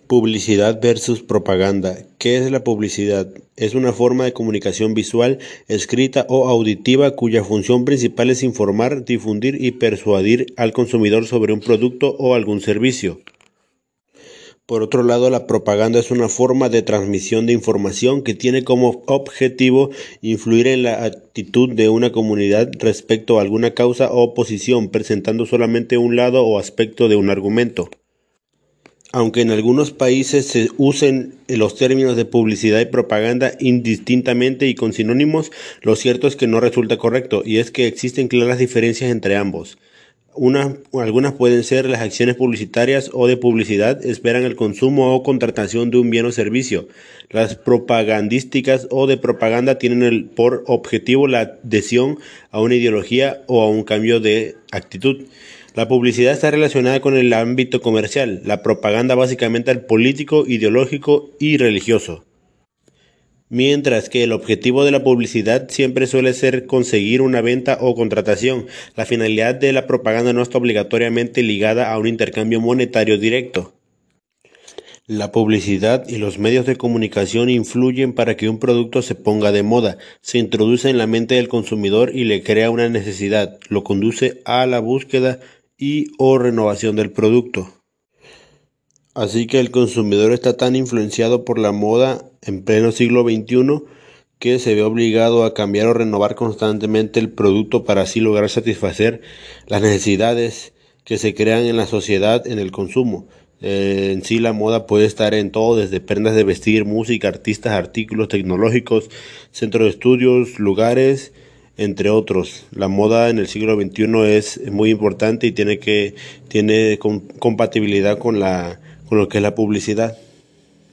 Publicidad versus propaganda. ¿Qué es la publicidad? Es una forma de comunicación visual, escrita o auditiva cuya función principal es informar, difundir y persuadir al consumidor sobre un producto o algún servicio. Por otro lado, la propaganda es una forma de transmisión de información que tiene como objetivo influir en la actitud de una comunidad respecto a alguna causa o posición, presentando solamente un lado o aspecto de un argumento. Aunque en algunos países se usen los términos de publicidad y propaganda indistintamente y con sinónimos, lo cierto es que no resulta correcto, y es que existen claras diferencias entre ambos. Algunas pueden ser las acciones publicitarias o de publicidad esperan el consumo o contratación de un bien o servicio. Las propagandísticas o de propaganda tienen por objetivo la adhesión a una ideología o a un cambio de actitud. La publicidad está relacionada con el ámbito comercial, la propaganda básicamente al político, ideológico y religioso. Mientras que el objetivo de la publicidad siempre suele ser conseguir una venta o contratación, la finalidad de la propaganda no está obligatoriamente ligada a un intercambio monetario directo. La publicidad y los medios de comunicación influyen para que un producto se ponga de moda, se introduce en la mente del consumidor y le crea una necesidad, lo conduce a la búsqueda y o renovación del producto. Así que el consumidor está tan influenciado por la moda en pleno siglo XXI que se ve obligado a cambiar o renovar constantemente el producto para así lograr satisfacer las necesidades que se crean en la sociedad en el consumo. En sí la moda puede estar en todo, desde prendas de vestir, música, artistas, artículos tecnológicos, centros de estudios, lugares, entre otros. La moda en el siglo XXI es muy importante y tiene compatibilidad con lo que es la publicidad.